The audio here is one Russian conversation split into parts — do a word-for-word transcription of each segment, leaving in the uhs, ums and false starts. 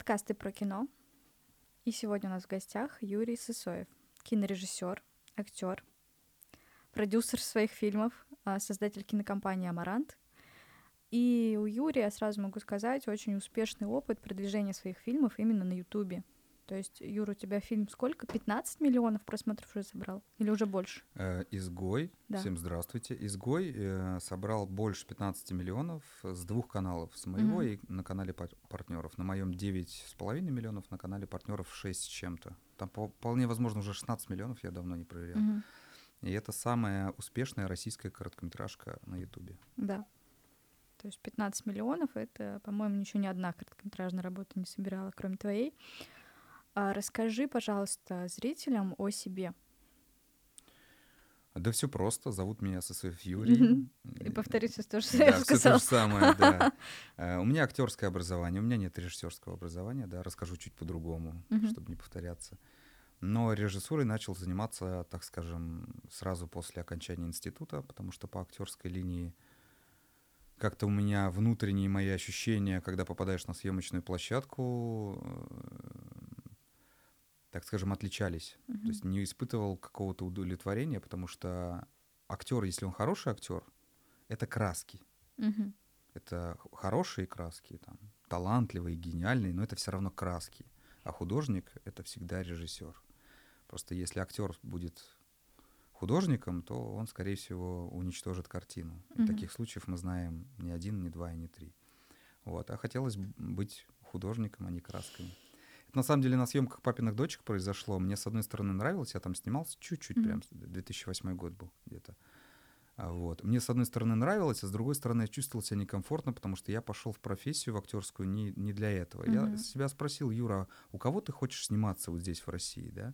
подкасты про кино. И сегодня у нас в гостях Юрий Сысоев, кинорежиссер, актер, продюсер своих фильмов, создатель кинокомпании «Амарант». И у Юрия, сразу могу сказать, очень успешный опыт продвижения своих фильмов именно на Ютубе. То есть, Юра, у тебя фильм сколько? пятнадцать миллионов просмотров уже собрал? Или уже больше? «Изгой». Да. Всем здравствуйте. «Изгой» э, собрал больше пятнадцати миллионов с двух каналов. С моего Mm-hmm. и на канале партнеров. На моем девять с половиной миллионов, на канале партнеров шесть с чем-то. Там вполне возможно уже шестнадцать миллионов, я давно не проверял. Mm-hmm. И это самая успешная российская короткометражка на Ютубе. Да. То есть пятнадцать миллионов — это, по-моему, ничего ни одна короткометражная работа не собирала, кроме твоей. А расскажи, пожалуйста, зрителям о себе. Да все просто. Зовут меня Сысоев Юрий. И повтори все то, что да, я все сказала. то же самое, да. У меня актерское образование, у меня нет режиссерского образования, да, расскажу чуть по-другому, Uh-huh. чтобы не повторяться. Но режиссурой начал заниматься, так скажем, сразу после окончания института, потому что по актерской линии как-то у меня внутренние мои ощущения, когда попадаешь на съемочную площадку, так скажем, отличались. Uh-huh. То есть не испытывал какого-то удовлетворения, потому что актер, если он хороший актер, это краски. Uh-huh. Это хорошие краски, там, талантливые, гениальные, но это все равно краски. А художник — это всегда режиссер. Просто если актер будет художником, то он, скорее всего, уничтожит картину. И Uh-huh. таких случаев мы знаем не один, не два и не три. Вот. А хотелось быть художником, а не красками. Это, на самом деле, на съемках «Папиных дочек» произошло. Мне, с одной стороны, нравилось, я там снимался чуть-чуть, mm-hmm. прям две тысячи восьмой год был где-то. Вот. Мне, с одной стороны, нравилось, а с другой стороны, я чувствовал себя некомфортно, потому что я пошел в профессию, в актерскую, не, не для этого. Mm-hmm. Я себя спросил: Юра, у кого ты хочешь сниматься вот здесь, в России, да?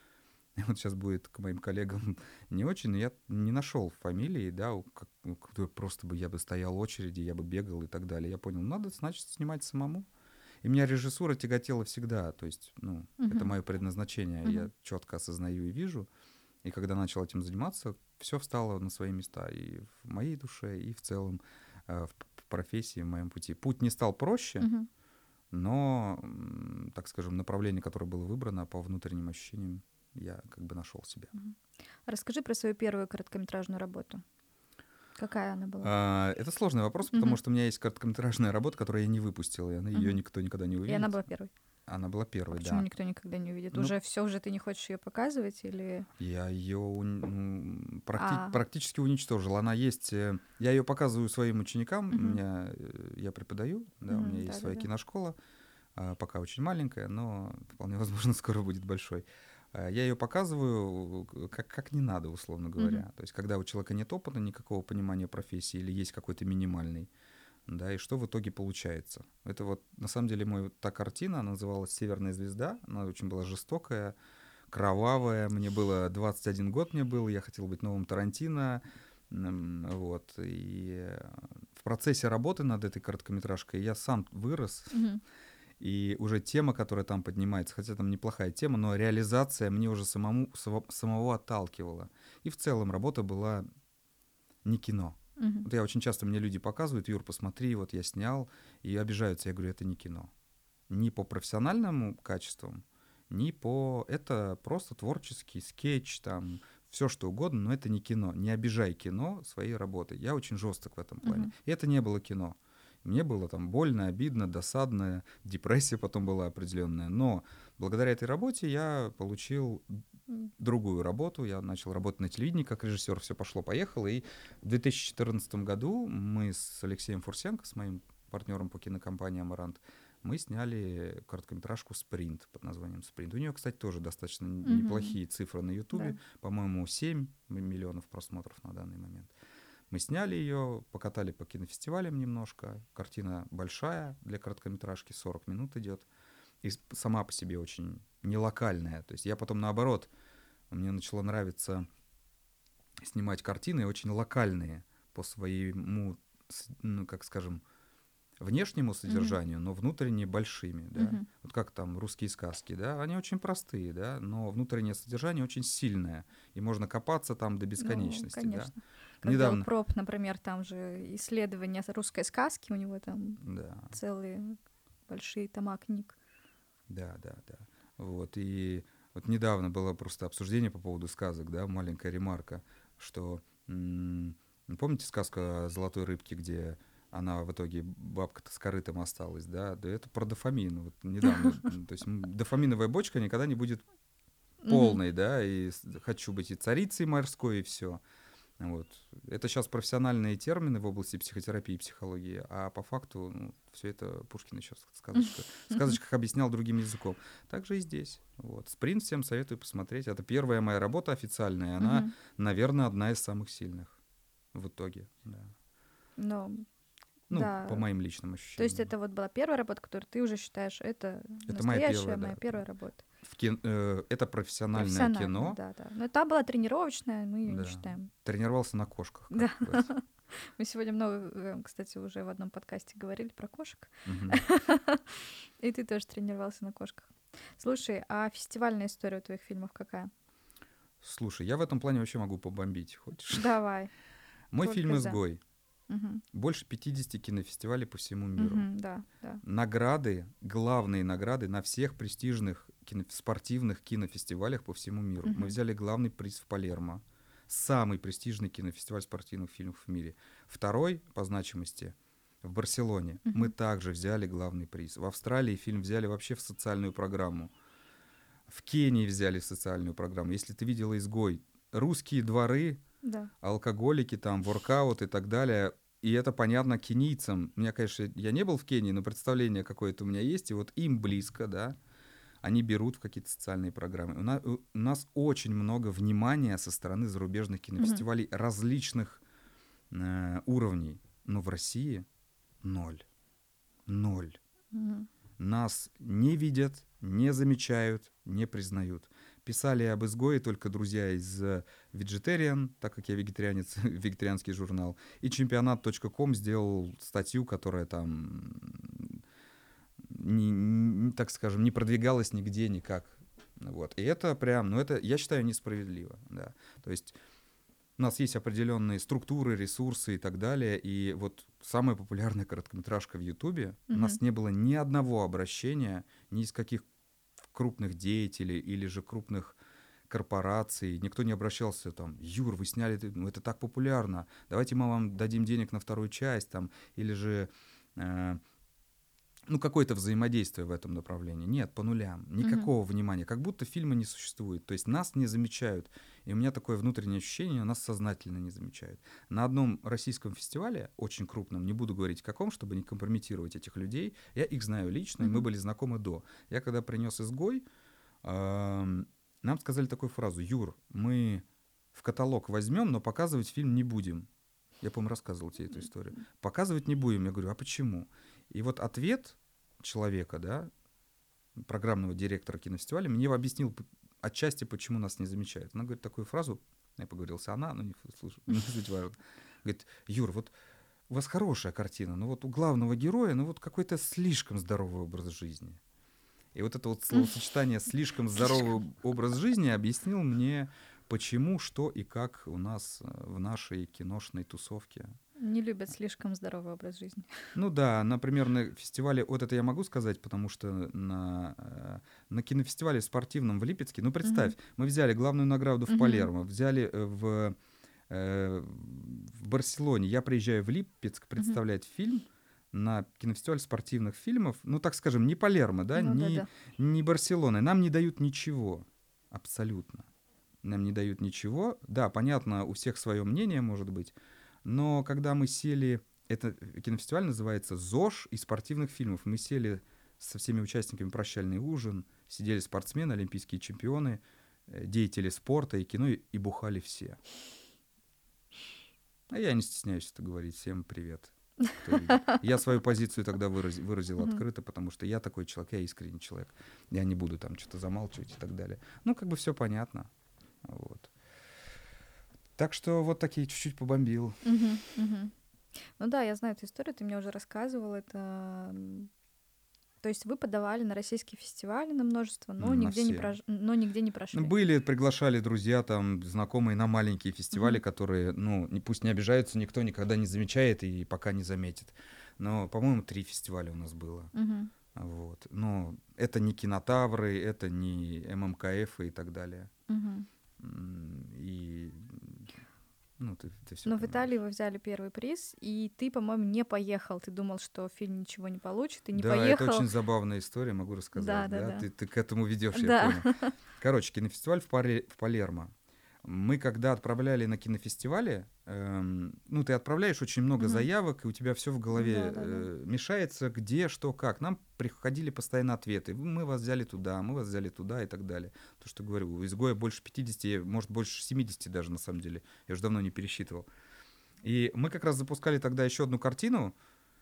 И вот сейчас будет к моим коллегам не очень, но я не нашел фамилии, да, как, просто бы я бы стоял в очереди, я бы бегал и так далее. Я понял, надо, значит, снимать самому. И меня режиссура тяготела всегда, то есть, ну, uh-huh. это мое предназначение, uh-huh. я четко осознаю и вижу. И когда начал этим заниматься, все встало на свои места и в моей душе, и в целом э, в профессии, в моем пути. Путь не стал проще, uh-huh. но, так скажем, направление, которое было выбрано по внутренним ощущениям, я как бы нашел себя. Uh-huh. Расскажи про свою первую короткометражную работу. Какая она была? А, это сложный вопрос, uh-huh. потому что у меня есть короткометражная работа, которую я не выпустил, и ее uh-huh. никто никогда не увидит. И она была первой? Она была первой, а да. Почему никто никогда не увидит? Ну, уже все, уже ты не хочешь ее показывать или? Я ее ну, практи- а. практически уничтожил. Она есть. Я ее показываю своим ученикам. Uh-huh. У меня я преподаю, да, uh-huh. у меня есть да, своя да, киношкола, да. пока очень маленькая, но вполне возможно скоро будет большой. Я ее показываю как, как не надо, условно говоря. Uh-huh. То есть, когда у человека нет опыта, никакого понимания профессии или есть какой-то минимальный, да, и что в итоге получается. Это вот, на самом деле, моя та картина, она называлась «Северная звезда». Она очень была жестокая, кровавая. Мне было двадцать один год, мне было, я хотел быть новым Тарантино. Вот. И в процессе работы над этой короткометражкой я сам вырос. Uh-huh. И уже тема, которая там поднимается, хотя там неплохая тема, но реализация мне уже самому, самого отталкивала. И в целом работа была не кино. Uh-huh. Вот я очень часто, мне люди показывают: Юр, посмотри, вот я снял, и обижаются. Я говорю, это не кино. Ни по профессиональным качествам, ни по... Это просто творческий скетч, там, все что угодно, но это не кино. Не обижай кино своей работой. Я очень жесток в этом плане. Uh-huh. И это не было кино. Мне было там больно, обидно, досадно, депрессия потом была определенная. Но благодаря этой работе я получил другую работу. Я начал работать на телевидении как режиссер. Все пошло-поехало. И в две тысячи четырнадцатом году мы с Алексеем Фурсенко, с моим партнером по кинокомпании «Амарант», мы сняли короткометражку «Спринт» под названием «Спринт». У нее, кстати, тоже достаточно mm-hmm. неплохие цифры на Ютубе. Да. По-моему, семь миллионов просмотров на данный момент. Мы сняли ее, покатали по кинофестивалям немножко. Картина большая для короткометражки, сорок минут идет. И сама по себе очень не локальная. То есть я потом, наоборот, мне начало нравиться снимать картины очень локальные по своему, ну, как скажем, внешнему содержанию, mm-hmm. но внутренне большими. Да? Mm-hmm. Вот как там русские сказки, да? Они очень простые, да? Но внутреннее содержание очень сильное. И можно копаться там до бесконечности. Ну, конечно. Да? Как Недавно... Проб, например, там же исследования русской сказки, у него там да. целые большие тома книг. Да, да, да. Вот, и вот недавно было просто обсуждение по поводу сказок, да, маленькая ремарка, что, м- помните сказку о золотой рыбке, где она в итоге, бабка-то с корытом осталась, да, да это про дофамин, вот недавно, то есть дофаминовая бочка никогда не будет полной, да, и хочу быть и царицей морской, и все. Вот. Это сейчас профессиональные термины в области психотерапии и психологии, а по факту ну, все это Пушкин еще в сказочках, в сказочках объяснял другим языком. Так же и здесь. Вот. «Спринт» всем советую посмотреть. Это первая моя работа официальная, она, mm-hmm. наверное, одна из самых сильных в итоге. Да. Но... Ну, да. по моим личным ощущениям. То есть это вот была первая работа, которую ты уже считаешь, это, это настоящая моя первая, моя да. первая работа. В кино, э, это профессиональное, профессиональное кино. Да, да. Но та была тренировочная, мы ее да. не считаем. Тренировался на кошках. Да. Мы сегодня много, кстати, уже в одном подкасте говорили про кошек. И ты тоже тренировался на кошках. Слушай, а фестивальная история у твоих фильмов какая? Слушай, я в этом плане вообще могу побомбить. Хочешь? Давай. Мой фильм «Изгой». Угу. Больше пятидесяти кинофестивалей по всему миру. Угу, да, да. Награды, главные награды на всех престижных кино, спортивных кинофестивалях по всему миру. Угу. Мы взяли главный приз в Палермо. Самый престижный кинофестиваль спортивных фильмов в мире. Второй по значимости в Барселоне. Угу. Мы также взяли главный приз. В Австралии фильм взяли вообще в социальную программу. В Кении взяли в социальную программу. Если ты видела «Изгой», русские дворы... Да. алкоголики, там, воркаут и так далее. И это понятно кенийцам. У меня, конечно, я не был в Кении, но представление какое-то у меня есть. И вот им близко, да, они берут в какие-то социальные программы. У нас, у нас очень много внимания со стороны зарубежных кинофестивалей mm-hmm. различных э, уровней. Но в России ноль. Ноль. Mm-hmm. Нас не видят, не замечают, не признают. Писали об «Изгое» только друзья из Vegetarian, так как я вегетарианец, вегетарианский журнал. И чемпионат точка ком сделал статью, которая там, не, не, так скажем, не продвигалась нигде никак. Вот. И это прям, ну это, я считаю, несправедливо. Да. То есть у нас есть определенные структуры, ресурсы и так далее. И вот самая популярная короткометражка в Ютубе, mm-hmm. у нас не было ни одного обращения, ни из каких крупных деятелей или же крупных корпораций. Никто не обращался там: Юр, вы сняли, ну это так популярно, давайте мы вам дадим денег на вторую часть, там, или же э, ну какое-то взаимодействие в этом направлении. Нет, по нулям. Никакого mm-hmm. внимания. Как будто фильма не существует. То есть нас не замечают. И у меня такое внутреннее ощущение, нас сознательно не замечают. На одном российском фестивале, очень крупном, не буду говорить каком, чтобы не компрометировать этих людей, я их знаю лично, mm-hmm. и мы были знакомы до. Я когда принес «Изгой», э, нам сказали такую фразу: Юр, мы в каталог возьмем, но показывать фильм не будем. Я, по-моему, рассказывал тебе эту историю. Показывать не будем. Я говорю: а почему? И вот ответ человека, да, программного директора кинофестиваля, мне объяснил отчасти, почему нас не замечают. Она говорит такую фразу, я поговорился, она, но не слышу, не суть важно. Говорит: Юр, вот у вас хорошая картина, но вот у главного героя, ну вот какой-то слишком здоровый образ жизни. И вот это вот словосочетание «слишком здоровый образ жизни» объяснил мне, почему, что и как у нас в нашей киношной тусовке. Не любят слишком здоровый образ жизни. Ну да, например, на фестивале, вот это я могу сказать, потому что на, на кинофестивале спортивном в Липецке, ну представь, uh-huh. мы взяли главную награду в uh-huh. Палермо, взяли в, э, в Барселоне, я приезжаю в Липецк представлять uh-huh. фильм на кинофестиваль спортивных фильмов, ну так скажем, не Палермо, да, ну, не, да, да. не Барселона, нам не дают ничего, абсолютно, нам не дают ничего, да, понятно, у всех свое мнение может быть. Но когда мы сели, это кинофестиваль называется «ЗОЖ» из спортивных фильмов, мы сели со всеми участниками «Прощальный ужин», сидели спортсмены, олимпийские чемпионы, деятели спорта и кино, и бухали все. А я не стесняюсь это говорить. Всем привет. Я свою позицию тогда выразил, выразил mm-hmm. открыто, потому что я такой человек, я искренний человек. Я не буду там что-то замалчивать и так далее. Ну, как бы все понятно. Вот. Так что вот такие чуть-чуть побомбил. Uh-huh, uh-huh. Ну да, я знаю эту историю, ты мне уже рассказывал. Это... То есть вы подавали на российские фестивали, на множество, но, на нигде, не прож... но нигде не прошли. Ну, были, приглашали друзья, там, знакомые на маленькие фестивали, uh-huh. которые, ну, пусть не обижаются, никто никогда не замечает и пока не заметит. Но, по-моему, три фестиваля у нас было. Uh-huh. Вот. Но это не кинотавры, это не эм эм ка эф и так далее. Угу. И, ну, ты, ты все Но в понимаешь. Италии вы взяли первый приз, и ты, по-моему, не поехал. Ты думал, что фильм ничего не получит, и не да, поехал. это очень забавная история, могу рассказать. Да, Да, да, да. Ты, ты к этому ведешь, Да. я понял. Короче, кинофестиваль в, Пале- в Палермо. Мы когда отправляли на кинофестивали, эм, ну, ты отправляешь очень много Мгм. заявок, и у тебя все в голове Да, да, да. э, мешается, где, что, как. Нам приходили постоянно ответы. Мы вас взяли туда, мы вас взяли туда и так далее. То, что говорю, у изгоя больше пятидесяти, может, больше семидесяти даже, на самом деле. Я уже давно не пересчитывал. И мы как раз запускали тогда еще одну картину,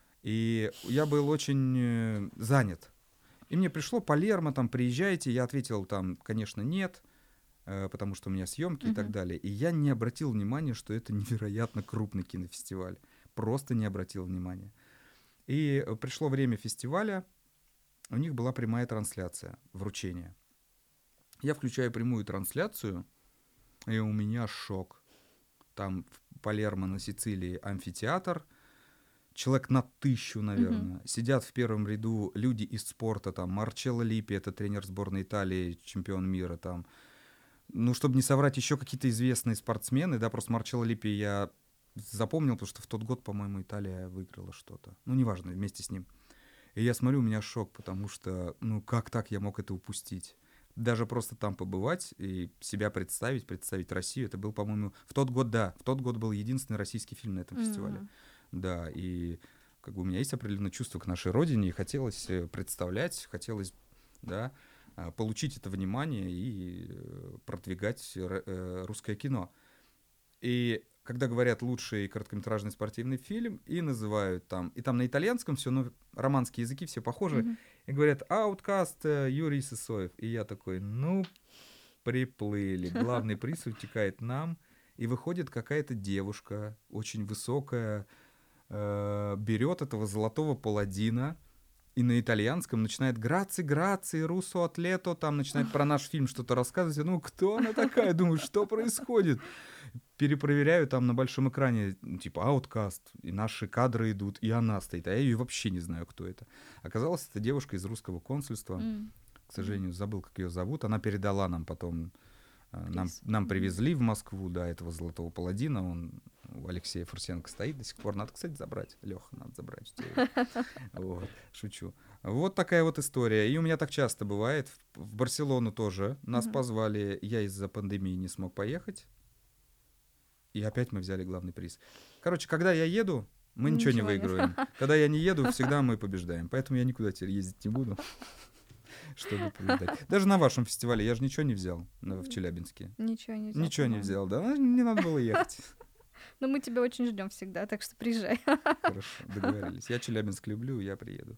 и я был очень э, занят. И мне пришло: Палермо, там, приезжайте. Я ответил там, конечно, нет, э, потому что у меня съемки и так Мгм. далее. И я не обратил внимания, что это невероятно крупный кинофестиваль. Просто не обратил внимания. И э, пришло время фестиваля, у них была прямая трансляция, вручение. Я включаю прямую трансляцию, и у меня шок. Там в Палермо на Сицилии амфитеатр, человек на тысячу, наверное. Мгм. Сидят в первом ряду люди из спорта, там, Марчелло Липпи, это тренер сборной Италии, чемпион мира, там. Ну, чтобы не соврать, еще какие-то известные спортсмены, да, просто Марчелло Липпи я запомнил, потому что в тот год, по-моему, Италия выиграла что-то. Ну, неважно, вместе с ним. И я смотрю, у меня шок, потому что, ну, как так я мог это упустить? Даже просто там побывать и себя представить, представить Россию, это был, по-моему, в тот год, да, в тот год был единственный российский фильм на этом фестивале. Мгм. Да, и как бы у меня есть определенное чувство к нашей родине, и хотелось э, представлять, хотелось, да, а, получить это внимание и э, продвигать р- э, русское кино. И когда говорят лучший короткометражный спортивный фильм, и называют там, и там на итальянском все, но романские языки все похожи, Мгм. и говорят «Ауткаст э, Юрий Сысоев». И я такой, ну, приплыли, главный приз утекает нам, и выходит какая-то девушка, очень высокая, э, берет этого золотого паладина и на итальянском начинает «Граци, граци, руссо атлето», там начинает про наш фильм что-то рассказывать. Ну, кто она такая? Думаю, что происходит? Перепроверяю там на большом экране, ну, типа «Ауткаст», и наши кадры идут, и она стоит, а я ее вообще не знаю, кто это. Оказалось, это девушка из русского консульства. М. К сожалению, забыл, как ее зовут. Она передала нам потом, э, нам, Приз. нам Мгм. привезли в Москву, да, этого золотого паладина. Он у Алексея Фурсенко стоит до сих пор. Надо, кстати, забрать. Леха, надо забрать у тебя его. Вот, шучу. Вот такая вот история. И у меня так часто бывает. В, в Барселону тоже нас Мгм. позвали. Я из-за пандемии не смог поехать. И опять мы взяли главный приз. Короче, когда я еду, мы ничего не Ничего нет. выигрываем. Когда я не еду, всегда мы побеждаем. Поэтому я никуда теперь ездить не буду, чтобы побеждать. Даже на вашем фестивале я же ничего не взял на- в Челябинске. Ничего не взял, Ничего не по-моему. взял, да? Ну, не надо было ехать. Но мы тебя очень ждем всегда, так что приезжай. Хорошо, договорились. Я Челябинск люблю, я приеду.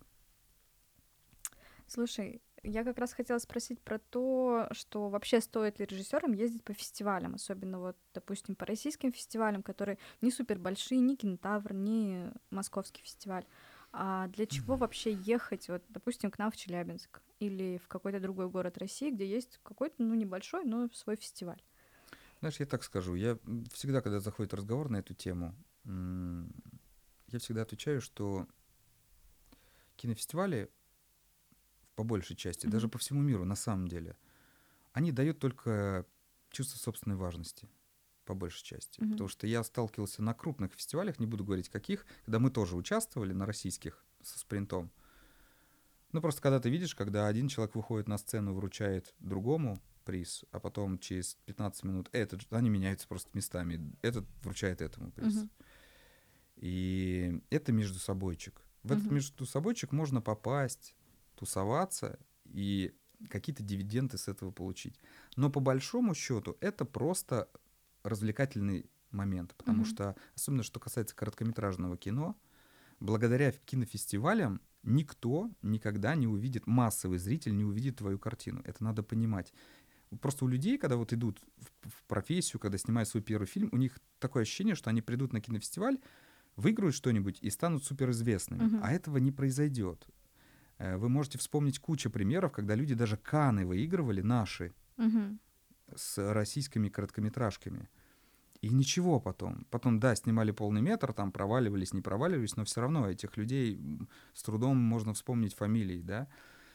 Слушай, я как раз хотела спросить про то, что вообще стоит ли режиссерам ездить по фестивалям, особенно вот, допустим, по российским фестивалям, которые не супер большие, ни Кинотавр, ни Московский фестиваль. А для чего вообще ехать, вот, допустим, к нам в Челябинск или в какой-то другой город России, где есть какой-то, ну, небольшой, но свой фестиваль? Знаешь, я так скажу. Я м, всегда, когда заходит разговор на эту тему, м, я всегда отвечаю, что кинофестивали по большей части, даже Мгм. по всему миру, на самом деле, они дают только чувство собственной важности, по большей части. Мгм. Потому что я сталкивался на крупных фестивалях, не буду говорить каких, когда мы тоже участвовали на российских со спринтом. Ну, просто когда ты видишь, когда один человек выходит на сцену, вручает другому приз, а потом через пятнадцать минут этот, же- они меняются просто местами, этот вручает этому приз. Мгм. И это между собойчик. В этот Мгм. между собойчик можно попасть, тусоваться и какие-то дивиденды с этого получить. Но по большому счету это просто развлекательный момент, потому Мгм. что, особенно что касается короткометражного кино, благодаря кинофестивалям никто никогда не увидит, массовый зритель не увидит твою картину. Это надо понимать. Просто у людей, когда вот идут в, в профессию, когда снимают свой первый фильм, у них такое ощущение, что они придут на кинофестиваль, выиграют что-нибудь и станут суперизвестными. Мгм. А этого не произойдет. Э, Вы можете вспомнить кучу примеров, когда люди даже Канны выигрывали наши Мгм. с российскими короткометражками. И ничего потом. Потом, да, снимали полный метр, там проваливались, не проваливались, но все равно этих людей с трудом можно вспомнить фамилии, да.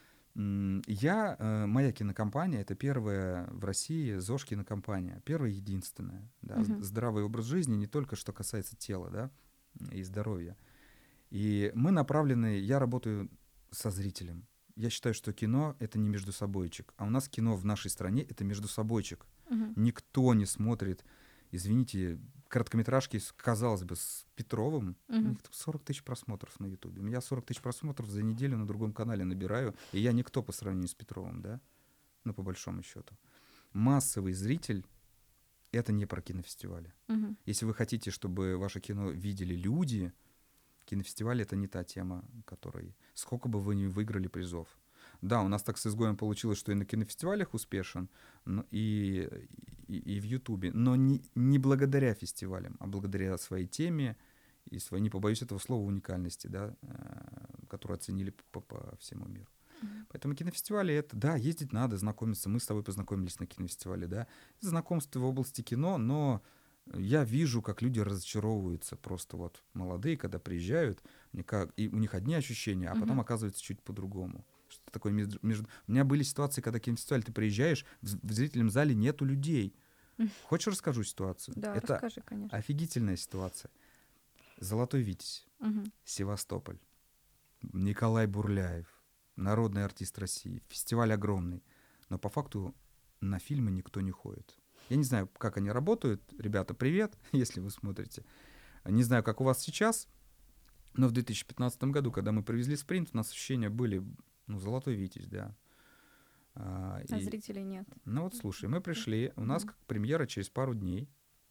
Я, э, моя кинокомпания, это первая в России ЗОЖ кинокомпания, первая и единственная. Да, uh-huh. Здравый образ жизни не только что касается тела, да, и здоровья. И мы направлены, я работаю со зрителем. Я считаю, что кино — это не междусобойчик, а у нас кино в нашей стране — это междусобойчик. Uh-huh. Никто не смотрит, извините, короткометражки, казалось бы, с Петровым, uh-huh. у них сорок тысяч просмотров на Ютубе. Я сорок тысяч просмотров за неделю на другом канале набираю, и я никто по сравнению с Петровым, да? Ну, по большому счету. Массовый зритель — это не про кинофестивали. Uh-huh. Если вы хотите, чтобы ваше кино видели люди, кинофестиваль — это не та тема, которой... Сколько бы вы ни выиграли призов. Да, у нас так с «Изгоем» получилось, что и на кинофестивалях успешен, но и, и, и в Ютубе, но не, не благодаря фестивалям, а благодаря своей теме и своей, не побоюсь этого слова, уникальности, да, которую оценили по, по всему миру. Mm-hmm. Поэтому кинофестивали — это, да, ездить надо, знакомиться. Мы с тобой познакомились на кинофестивале, да. Знакомство в области кино, но я вижу, как люди разочаровываются просто вот молодые, когда приезжают, и у них одни ощущения, а потом mm-hmm. оказывается чуть по-другому. Что такое между, между... У меня были ситуации, когда кинофестиваль ты приезжаешь, в, в зрительном зале нету людей. Хочешь, расскажу ситуацию? Да, это расскажи, конечно. Офигительная ситуация. «Золотой Витязь», угу. Севастополь, Николай Бурляев, народный артист России. Фестиваль огромный. Но по факту на фильмы никто не ходит. Я не знаю, как они работают. Ребята, привет, если вы смотрите. Не знаю, как у вас сейчас, но в две тысячи пятнадцатом году, когда мы привезли «Спринт», у нас ощущения были... Ну, «Золотой Витязь», да. А, а и, зрителей нет. Ну вот, слушай, мы пришли, у нас mm-hmm. премьера через пару дней,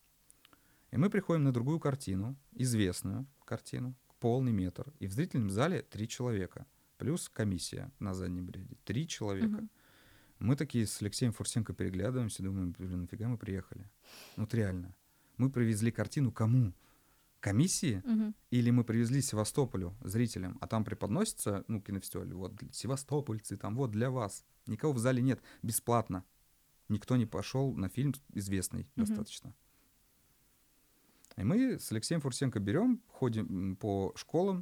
и мы приходим на другую картину, известную картину, полный метр, и в зрительном зале три человека, плюс комиссия на заднем ряде, три человека. Mm-hmm. Мы такие с Алексеем Фурсенко переглядываемся, думаем, блин, нафига мы приехали? Ну вот реально. Мы привезли картину кому? Комиссии, uh-huh. или мы привезли Севастополю зрителям, а там преподносится, ну, кинофестиваль, вот, севастопольцы, там, вот, для вас. Никого в зале нет, бесплатно. Никто не пошел на фильм известный uh-huh. достаточно. И мы с Алексеем Фурсенко берем, ходим по школам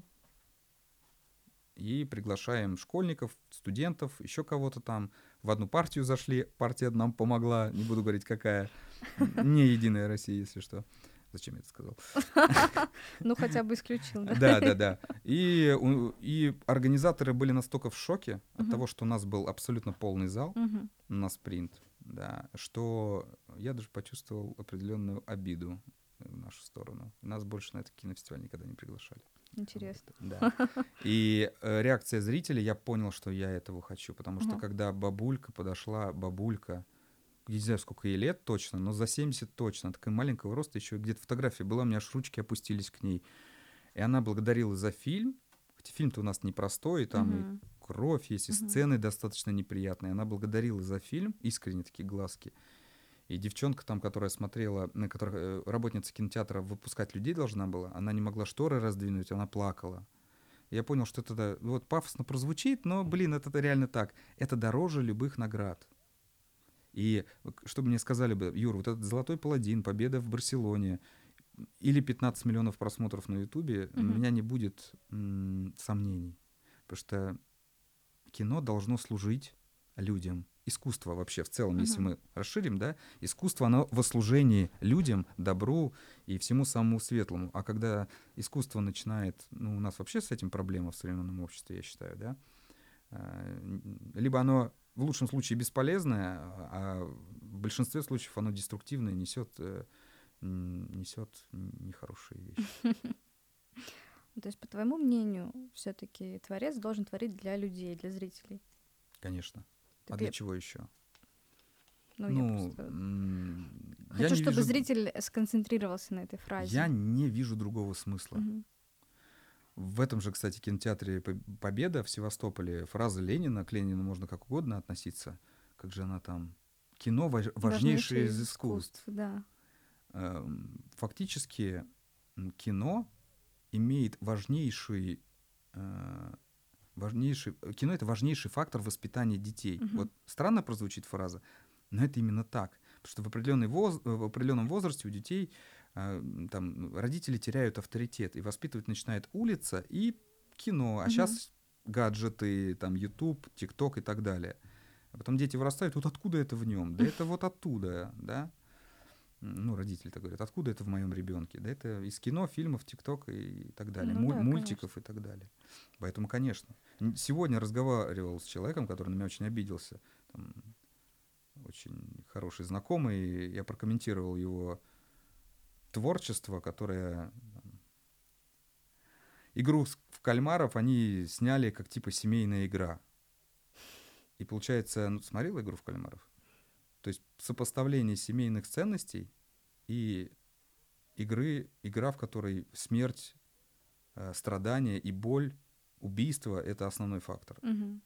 и приглашаем школьников, студентов, еще кого-то там. В одну партию зашли, партия нам помогла, не буду говорить, какая, не «Единая Россия», если что. Зачем я это сказал? Ну, хотя бы исключил, да? Да, да, да. И, и организаторы были настолько в шоке от uh-huh. того, что у нас был абсолютно полный зал uh-huh. на «Спринт», да, что я даже почувствовал определенную обиду в нашу сторону. Нас больше на этот кинофестиваль никогда не приглашали. Интересно. Вот, да. И э, реакция зрителей, я понял, что я этого хочу, потому uh-huh. что когда бабулька подошла, бабулька, я не знаю, сколько ей лет точно, но за семьдесят точно, такая маленького роста, еще где-то фотография была, у меня аж ручки опустились к ней. И она благодарила за фильм, хотя фильм-то у нас непростой, и там uh-huh. и кровь есть, и uh-huh. сцены достаточно неприятные. Она благодарила за фильм, искренне такие глазки. И девчонка там, которая смотрела, на которой работница кинотеатра выпускать людей должна была, она не могла шторы раздвинуть, она плакала. И я понял, что это вот пафосно прозвучит, но, блин, это реально так. Это дороже любых наград. И чтобы мне сказали бы, Юр, вот этот «Золотой паладин», победа в Барселоне или пятнадцать миллионов просмотров на Ютубе, uh-huh. у меня не будет м- сомнений. Потому что кино должно служить людям. Искусство вообще в целом, uh-huh. если мы расширим, да, искусство, оно во служении людям, добру и всему самому светлому. А когда искусство начинает, ну, у нас вообще с этим проблема в современном обществе, я считаю, да, либо оно в лучшем случае бесполезное, а в большинстве случаев оно деструктивное, несет, несет нехорошие вещи. То есть, по твоему мнению, все-таки творец должен творить для людей, для зрителей? Конечно. Ты а для чего еще? Ну, ну я просто... м- Хочу, я чтобы вижу... зритель сконцентрировался на этой фразе. Я не вижу другого смысла. Угу. В этом же, кстати, кинотеатре «Победа» в Севастополе фраза Ленина, к Ленину можно как угодно относиться, как же она там, кино важ, важнейшее из искусств. искусств да. Фактически кино имеет важнейший, важнейший, кино — это важнейший фактор воспитания детей. Угу. Вот странно прозвучит фраза, но это именно так. Потому что в, определенный воз... в определенном возрасте у детей э, там, родители теряют авторитет, и воспитывать начинает улица и кино. А mm-hmm. сейчас гаджеты, там, YouTube, TikTok и так далее. А потом дети вырастают, вот откуда это в нем? Да это вот оттуда, да? Ну, родители так говорят, откуда это в моем ребенке? Да это из кино, фильмов, ТикТок и так далее, ну, Муль- да, мультиков конечно. И так далее. Поэтому, конечно. Сегодня разговаривал с человеком, который на меня очень обиделся. Там, очень хороший знакомый. Я прокомментировал его творчество, которое... Игру в кальмаров они сняли как типа семейная игра. И получается, ну, смотрел игру в кальмаров? То есть сопоставление семейных ценностей и игры, игра, в которой смерть, э, страдания и боль, убийство — это основной фактор. Mm-hmm.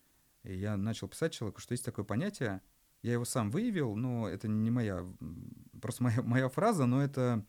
И я начал писать человеку, что есть такое понятие, я его сам выявил, но это не моя, просто моя, моя фраза, но это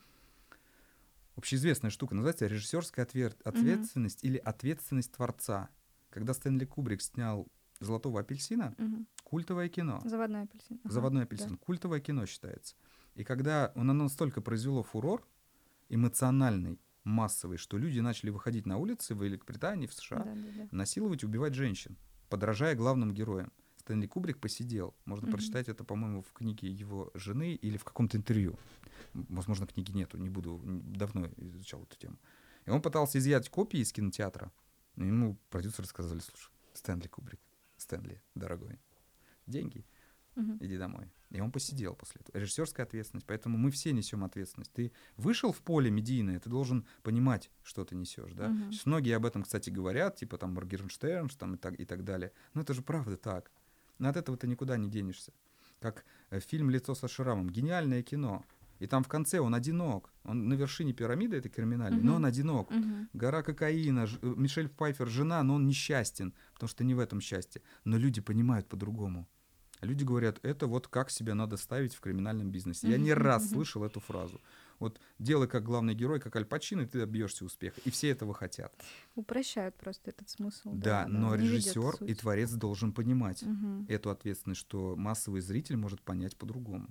общеизвестная штука, называется режиссерская отвер- ответственность mm-hmm. или ответственность творца. Когда Стэнли Кубрик снял «Золотого апельсина», mm-hmm. культовое кино. «Заводной апельсин». Ага, «Заводной апельсин». Да. Культовое кино считается. И когда оно настолько произвело фурор эмоциональный, массовый, что люди начали выходить на улицы в Великобритании, в США, да, да, да. насиловать, убивать женщин, подражая главным героям. Стэнли Кубрик посидел. Можно mm-hmm. прочитать это, по-моему, в книге его жены или в каком-то интервью. Возможно, книги нету, не буду, давно изучал эту тему. И он пытался изъять копии из кинотеатра. И ему продюсеры сказали: слушай, Стэнли Кубрик, Стэнли, дорогой, деньги, uh-huh. иди домой. И он посидел после этого. Режиссерская ответственность. Поэтому мы все несем ответственность. Ты вышел в поле медийное, ты должен понимать, что ты несешь. Да? Uh-huh. Сейчас многие об этом, кстати, говорят, типа там Моргенштерн там, и, так, и так далее. Но это же правда так. Но от этого ты никуда не денешься. Как э, фильм «Лицо со шрамом». Гениальное кино. И там в конце он одинок. Он на вершине пирамиды, это криминальный, uh-huh. но он одинок. Uh-huh. Гора кокаина, Ж... Мишель Пфайффер, жена, но он несчастен, потому что не в этом счастье. Но люди понимают по-другому. Люди говорят, это вот как себя надо ставить в криминальном бизнесе. Uh-huh. Я не раз uh-huh. слышал эту фразу. Вот делай как главный герой, как Аль Пачино, и ты добьешься успеха. И все этого хотят. Упрощают просто этот смысл. Да, да, но да, режиссер и творец должен понимать uh-huh. эту ответственность, что массовый зритель может понять по-другому.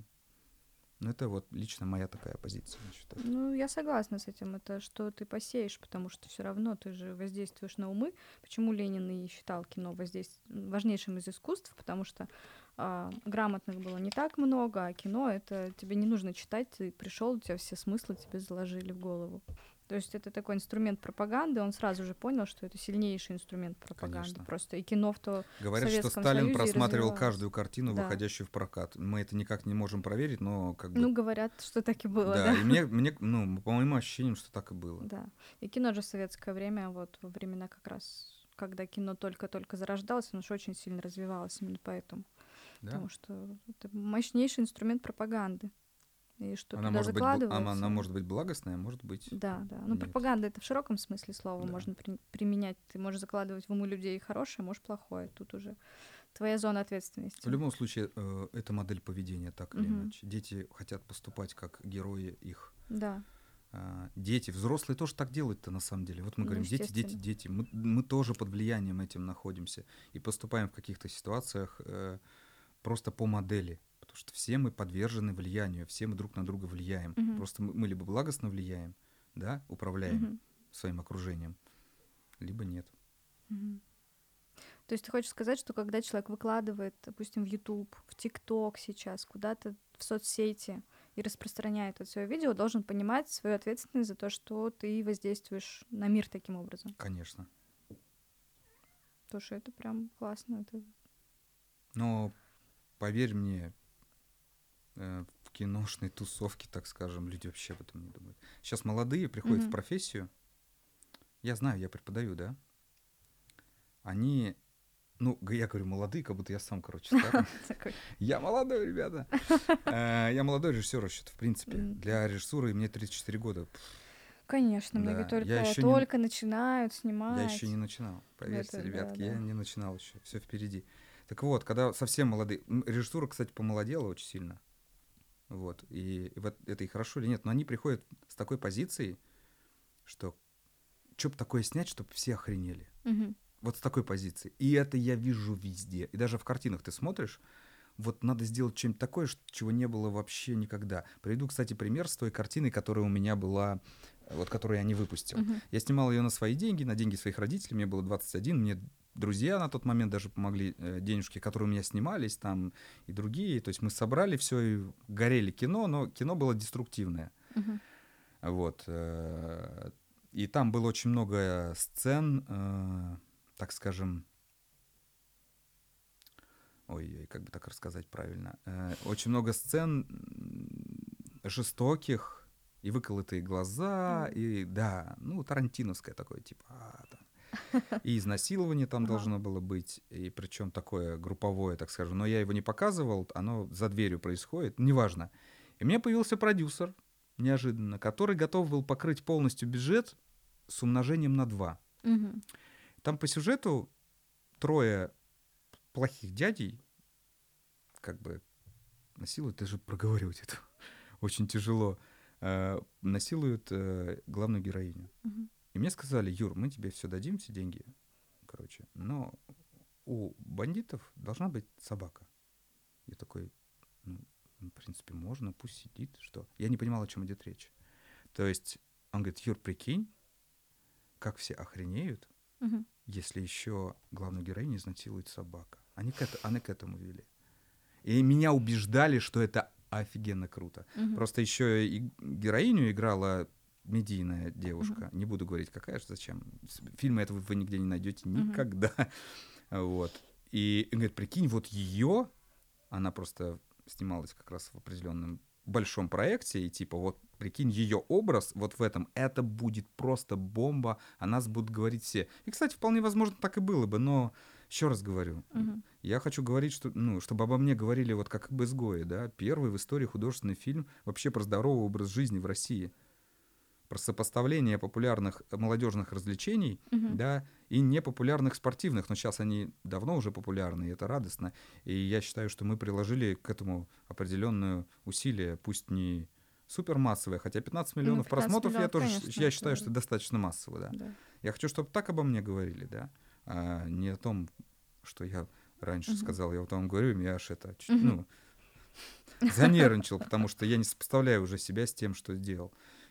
Ну, это вот лично моя такая позиция, я считаю. Ну, я согласна с этим. Это что ты посеешь, потому что все равно ты же воздействуешь на умы. Почему Ленин и считал кино воздейств... важнейшим из искусств? Потому что а, грамотных было не так много, а кино — это тебе не нужно читать, ты пришел, у тебя все смыслы тебе заложили в голову. То есть это такой инструмент пропаганды, он сразу же понял, что это сильнейший инструмент пропаганды. Конечно. Просто и кино в то Говорят, в Советском что Сталин Союзе просматривал каждую картину, да. выходящую в прокат. Мы это никак не можем проверить, но как бы... Ну, говорят, что так и было, да. Да, и мне, мне, ну, по моим ощущениям, что так и было. Да, и кино же в советское время, вот во времена как раз, когда кино только-только зарождалось, оно же очень сильно развивалось именно поэтому. Да? Потому что это мощнейший инструмент пропаганды. И что она, туда может закладывается. Быть, она, она может быть благостная, может быть... Да, да. Ну, пропаганда — это в широком смысле слова да. можно при, применять. Ты можешь закладывать в умы людей хорошее, можешь плохое. Тут уже твоя зона ответственности. В любом случае, э, это модель поведения, так или угу. иначе. Дети хотят поступать как герои их. Да. Э, дети, взрослые тоже так делают-то на самом деле. Вот мы ну, говорим, дети, дети, дети. Мы, мы тоже под влиянием этим находимся. И поступаем в каких-то ситуациях э, просто по модели. Потому что все мы подвержены влиянию, все мы друг на друга влияем. Uh-huh. Просто мы, мы либо благостно влияем, да, управляем uh-huh. своим окружением, либо нет. Uh-huh. То есть ты хочешь сказать, что когда человек выкладывает, допустим, в YouTube, в TikTok сейчас, куда-то в соцсети и распространяет это свое видео, должен понимать свою ответственность за то, что ты воздействуешь на мир таким образом? Конечно. Потому что это прям классно. Это... Но поверь мне, в киношной тусовке, так скажем, люди вообще об этом не думают. Сейчас молодые приходят mm-hmm. в профессию, я знаю, я преподаю, да, они, ну, я говорю молодые, как будто я сам, короче, я молодой, ребята, я молодой режиссер вообще-то, в принципе, для режиссуры мне тридцать четыре года. Конечно, многие только, только начинают снимать. Я еще не начинал, поверьте, ребятки, я не начинал еще, все впереди. Так вот, когда совсем молодые, режиссура, кстати, помолодела очень сильно. Вот, и, и вот это и хорошо или нет, но они приходят с такой позицией, что что бы такое снять, чтобы все охренели. Угу. Вот с такой позиции. И это я вижу везде. И даже в картинах ты смотришь, вот надо сделать что-нибудь такое, чего не было вообще никогда. Приведу, кстати, пример с той картиной, которая у меня была, вот которую я не выпустил. Uh-huh. Я снимал ее на свои деньги, на деньги своих родителей, мне было двадцать один, мне друзья на тот момент даже помогли, э, денежки, которые у меня снимались там и другие. То есть мы собрали все и горели кино, но кино было деструктивное. Uh-huh. Вот. Э, и там было очень много сцен, э, так скажем, ой-ой, как бы так рассказать правильно, э, очень много сцен жестоких, и выколотые глаза, mm. и, да, ну, тарантиновское такое, типа, а, там. И изнасилование там uh-huh. должно было быть, и причем такое групповое, так скажем, но я его не показывал, оно за дверью происходит, неважно. И у меня появился продюсер, неожиданно, который готов был покрыть полностью бюджет с умножением на два. Uh-huh. Там по сюжету трое плохих дядей, как бы, насилуют, даже проговаривать это очень тяжело, э, насилуют э, главную героиню. Uh-huh. И мне сказали: Юр, мы тебе все дадим, все деньги, короче, но у бандитов должна быть собака. Я такой, ну, в принципе, можно, пусть сидит, что. Я не понимал, о чем идет речь. То есть он говорит: Юр, прикинь, как все охренеют, uh-huh. если еще главную героиню изнасилует собака. Они к, это, они к этому вели. И меня убеждали, что это офигенно круто. Uh-huh. Просто еще и героиню играла медийная девушка. Uh-huh. Не буду говорить, какая же, зачем. Фильмы этого вы нигде не найдете никогда. Uh-huh. Вот. И, и говорит, прикинь, вот ее, она просто снималась как раз в определенном большом проекте, и типа вот, прикинь, ее образ вот в этом, это будет просто бомба, о нас будут говорить все. И, кстати, вполне возможно, так и было бы, но еще раз говорю, uh-huh. я хочу говорить, что, ну, чтобы обо мне говорили вот как об изгое, да, первый в истории художественный фильм вообще про здоровый образ жизни в России, про сопоставление популярных молодежных развлечений, uh-huh. да, и непопулярных спортивных, но сейчас они давно уже популярны, и это радостно, и я считаю, что мы приложили к этому определенное усилие, пусть не супермассовое, хотя пятнадцать миллионов ну, пятнадцать просмотров, миллионов, я тоже конечно, я считаю, что это достаточно массово, да. да. Я хочу, чтобы так обо мне говорили, да, а не о том, что я раньше uh-huh. сказал, я вот вам говорю, я аж это, чуть, uh-huh. ну, занервничал, потому что я не сопоставляю уже себя с тем, что сделал.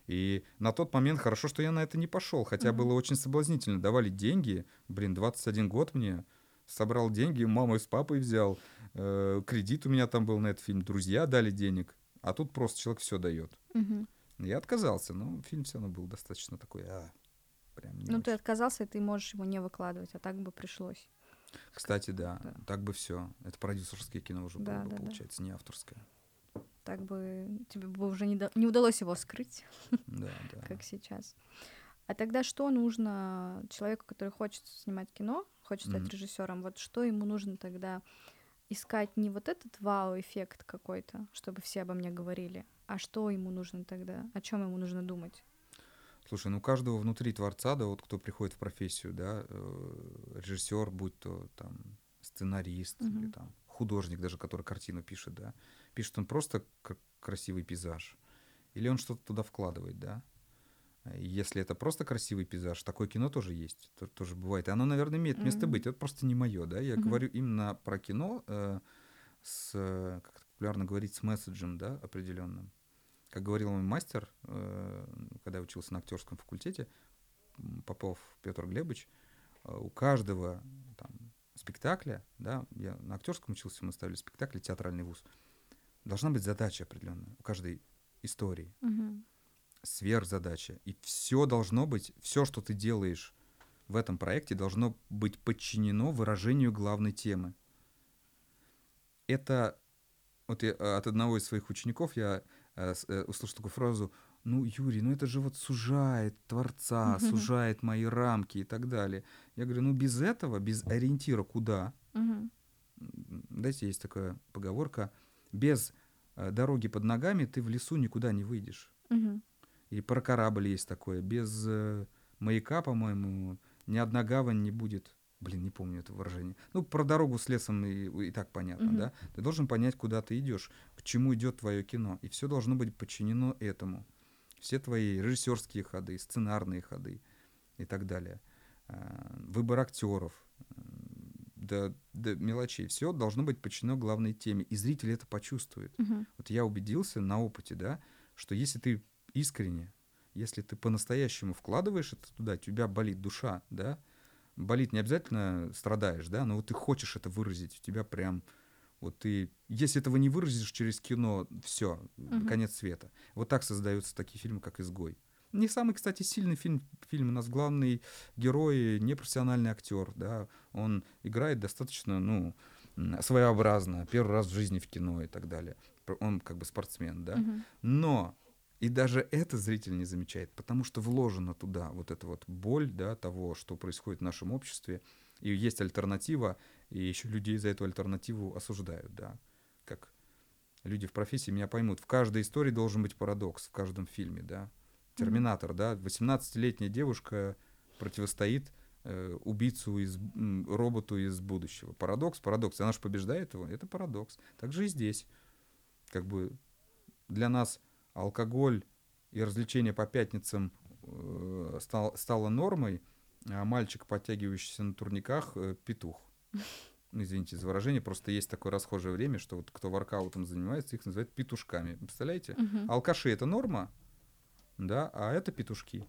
И на тот момент хорошо, что я на это не пошел, хотя uh-huh. было очень соблазнительно. Давали деньги, блин, двадцать один год мне, собрал деньги, мамой с папой взял, э, кредит у меня там был на этот фильм, друзья дали денег, а тут просто человек все дает. Uh-huh. Я отказался, но фильм все равно был достаточно такой, а, прям не Ну, очень. Ты отказался, и ты можешь его не выкладывать, а так бы пришлось. Кстати, да, да. так бы все. Это продюсерское кино уже да, было бы, да, получается, да. не авторское. Так бы тебе бы уже не, до... не удалось его скрыть, да, да. как сейчас. А тогда что нужно человеку, который хочет снимать кино, хочет стать mm-hmm. режиссером, вот что ему нужно тогда искать не вот этот вау-эффект какой-то, чтобы все обо мне говорили, а что ему нужно тогда, о чем ему нужно думать? Слушай, ну каждого внутри творца, да, вот кто приходит в профессию, да, э, режиссер, будь то там сценарист mm-hmm. или там художник даже, который картину пишет, да, пишет он просто к- красивый пейзаж, или он что-то туда вкладывает, да. Если это просто красивый пейзаж, такое кино тоже есть, то, тоже бывает. И оно, наверное, имеет место mm-hmm. быть. Это просто не мое, да. Я mm-hmm. говорю именно про кино э, с, как это популярно говорить, с месседжем, да, определенным. Как говорил мой мастер, э, когда я учился на актерском факультете, Попов Петр Глебович, э, у каждого там спектакля, да, я на актерском учился, мы ставили спектакли, театральный вуз, должна быть задача определенная у каждой истории. Mm-hmm. Сверхзадача. И все должно быть, все, что ты делаешь в этом проекте, должно быть подчинено выражению главной темы. Это вот я, от одного из своих учеников я э, э, услышал такую фразу: ну, Юрий, ну это же вот сужает творца, uh-huh. сужает мои рамки и так далее. Я говорю, ну без этого, без ориентира куда? Uh-huh. Знаете, есть такая поговорка: без э, дороги под ногами ты в лесу никуда не выйдешь. Uh-huh. И про корабль есть такое: без э, маяка, по-моему, ни одна гавань не будет. Блин, не помню это выражение. Ну, про дорогу с лесом и, и так понятно, uh-huh. да? Ты должен понять, куда ты идешь, к чему идет твое кино. И все должно быть подчинено этому. Все твои режиссерские ходы, сценарные ходы и так далее. Выбор актеров, до, до мелочей. Все должно быть подчинено главной теме, и зритель это почувствует. Угу. Вот я убедился на опыте, да, что если ты искренне, если ты по-настоящему вкладываешь это туда, у тебя болит душа, да, болит не обязательно страдаешь, да, но вот ты хочешь это выразить, у тебя прям вот ты, если этого не выразишь через кино, все, Угу. конец света. Вот так создаются такие фильмы, как «Изгой». Не самый, кстати, сильный фильм, фильм. У нас главный герой непрофессиональный актер, да, он играет достаточно, ну, своеобразно, первый раз в жизни в кино и так далее. Он как бы спортсмен, да. Угу. Но и даже это зритель не замечает, потому что вложена туда вот эта вот боль, да, того, что происходит в нашем обществе, и есть альтернатива, и еще людей за эту альтернативу осуждают, да, как люди в профессии меня поймут. В каждой истории должен быть парадокс, в каждом фильме, да. «Терминатор», mm-hmm. да, восемнадцатилетняя девушка противостоит э, убийцу из, м, роботу из будущего. Парадокс, парадокс. Она же побеждает его, это парадокс. Так же и здесь. Как бы для нас алкоголь и развлечения по пятницам э, стал, стало нормой, а мальчик, подтягивающийся на турниках, э, петух. Извините за выражение, просто есть такое расхожее время, что вот кто воркаутом занимается, их называют петушками. Представляете? Mm-hmm. Алкаши — это норма, да, а это петушки.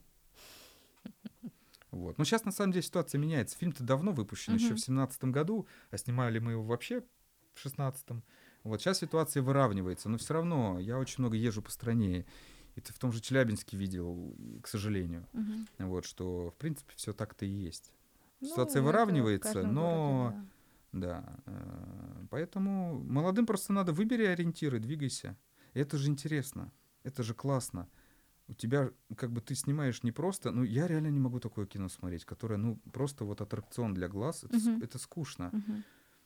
Вот. Но сейчас, на самом деле, ситуация меняется. Фильм-то давно выпущен, uh-huh. еще в семнадцатом году, а снимали мы его вообще в шестнадцатом. Вот сейчас ситуация выравнивается, но все равно я очень много езжу по стране. И ты в том же Челябинске видел, к сожалению, uh-huh. вот, что, в принципе, все так-то и есть. Ну, ситуация выравнивается, но... Городе, да. да э, поэтому молодым просто надо выбери ориентиры, двигайся. И это же интересно, это же классно. У тебя, как бы, ты снимаешь не просто... Ну, я реально не могу такое кино смотреть, которое, ну, просто вот аттракцион для глаз. Это, uh-huh. это скучно. Uh-huh.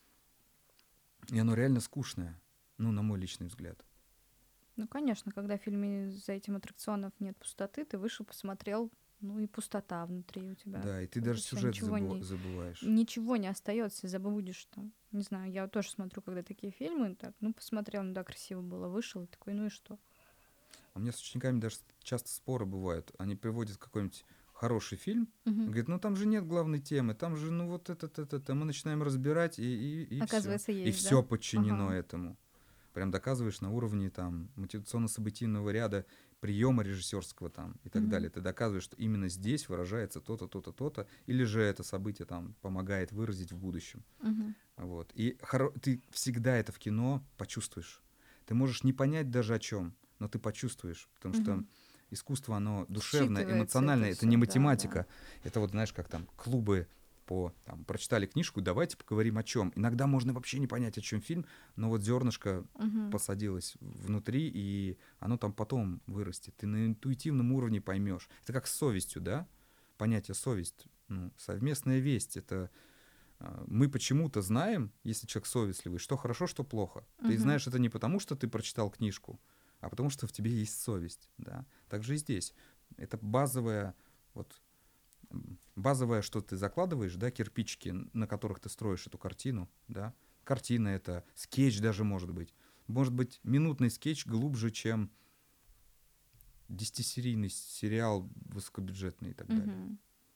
И оно реально скучное. Ну, на мой личный взгляд. Ну, конечно, когда в фильме за этим аттракционов нет пустоты, ты вышел, посмотрел, ну, и пустота внутри у тебя. Да, и ты даже сюжет забу- не, забываешь. Ничего не остается, забудешь там. Не знаю, я тоже смотрю, когда такие фильмы, так, ну, посмотрел, ну, да, красиво было, вышел, такой, ну и что? У меня с учениками даже часто споры бывают. Они приводят какой-нибудь хороший фильм, uh-huh. говорят, ну там же нет главной темы, там же, ну вот это, это, это. Мы начинаем разбирать, и, и, и Оказывается, все. Есть, и да? все подчинено uh-huh. этому. Прям доказываешь на уровне там мотивационно-событийного ряда, приема режиссерского там и так uh-huh. далее. Ты доказываешь, что именно здесь выражается то-то, то-то, то-то, или же это событие там помогает выразить в будущем. Uh-huh. Вот. И хоро- ты всегда это в кино почувствуешь. Ты можешь не понять даже о чем, но ты почувствуешь, потому uh-huh. что искусство, оно душевное, эмоциональное, это, это не математика. Да, да. Это вот, знаешь, как там клубы по, там, прочитали книжку, давайте поговорим о чем. Иногда можно вообще не понять, о чем фильм, но вот зернышко uh-huh. посадилось внутри, и оно там потом вырастет. Ты на интуитивном уровне поймешь. Это как с совестью, да? Понятие совесть, ну, совместная весть, это... Мы почему-то знаем, если человек совестливый, что хорошо, что плохо. Uh-huh. Ты знаешь это не потому, что ты прочитал книжку, а потому что в тебе есть совесть, да. Так же и здесь. Это базовое, вот, базовое, что ты закладываешь, да, кирпичики, на которых ты строишь эту картину, да. Картина — это скетч даже может быть. Может быть, минутный скетч глубже, чем десятисерийный сериал высокобюджетный и так угу. далее.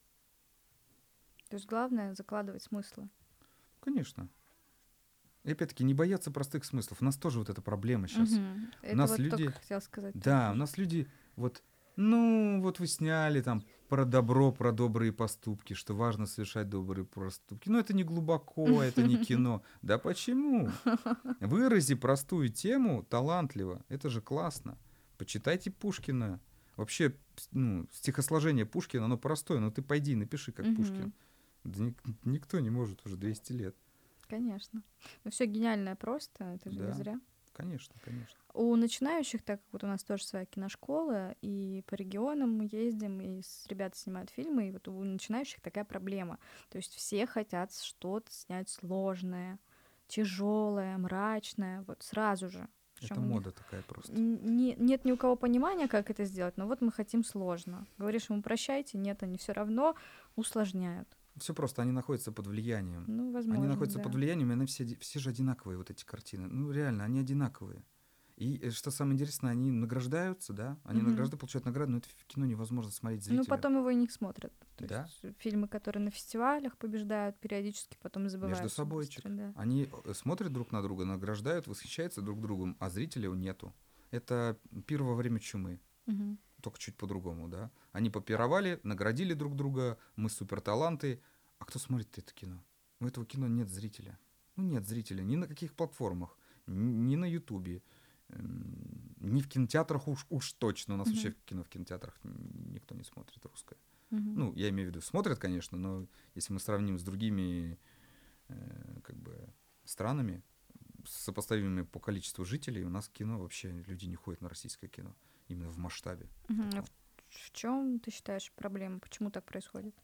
То есть главное — закладывать смыслы. Конечно. И опять-таки не бояться простых смыслов. У нас тоже вот эта проблема сейчас. Угу. У Это нас вот люди... только хотела сказать. Да, тоже. у нас люди вот, ну, вот вы сняли там про добро, про добрые поступки, что важно совершать добрые поступки. Но это не глубоко, это не кино. Да почему? Вырази простую тему талантливо. Это же классно. Почитайте Пушкина. Вообще, ну, стихосложение Пушкина, оно простое, но ты пойди, напиши, как угу. Пушкин. Да ник- никто не может уже двести лет. Конечно. Но все гениальное просто, это же да, не зря. Конечно, конечно. У начинающих, так как вот у нас тоже своя киношкола, и по регионам мы ездим, и с ребята снимают фильмы, и вот у начинающих такая проблема. То есть все хотят что-то снять сложное, тяжелое, мрачное, вот сразу же. Это мода такая просто. Не, нет ни у кого понимания, как это сделать, но вот мы хотим сложно. Говоришь ему прощайте, нет, они все равно усложняют. Все просто, они находятся под влиянием. Ну, возможно, они находятся да. под влиянием, и они все, все же одинаковые, вот эти картины. Ну, реально, они одинаковые. И что самое интересное, они награждаются, да, они mm-hmm. награждают, получают награды, но это в кино невозможно смотреть зрителям. Ну, потом его и не смотрят. То да? есть фильмы, которые на фестивалях побеждают периодически, потом забываются. Между собойчик. Быстро, да. Они смотрят друг на друга, награждают, восхищаются друг другом, а зрителей нету. Это пир во время чумы. Mm-hmm. Только чуть по-другому, да. Они попировали, наградили друг друга, мы суперталанты. А кто смотрит это кино? У этого кино нет зрителя. Ну, нет зрителя ни на каких платформах, ни на Ютубе, ни в кинотеатрах уж, уж точно. У нас mm-hmm. вообще кино в кинотеатрах никто не смотрит русское. Mm-hmm. Ну, я имею в виду, смотрят, конечно, но если мы сравним с другими э, как бы странами, сопоставимыми по количеству жителей, у нас кино вообще, люди не ходят на российское кино. Именно в масштабе. Mm-hmm. А в, в чем ты считаешь проблема? Почему так происходит?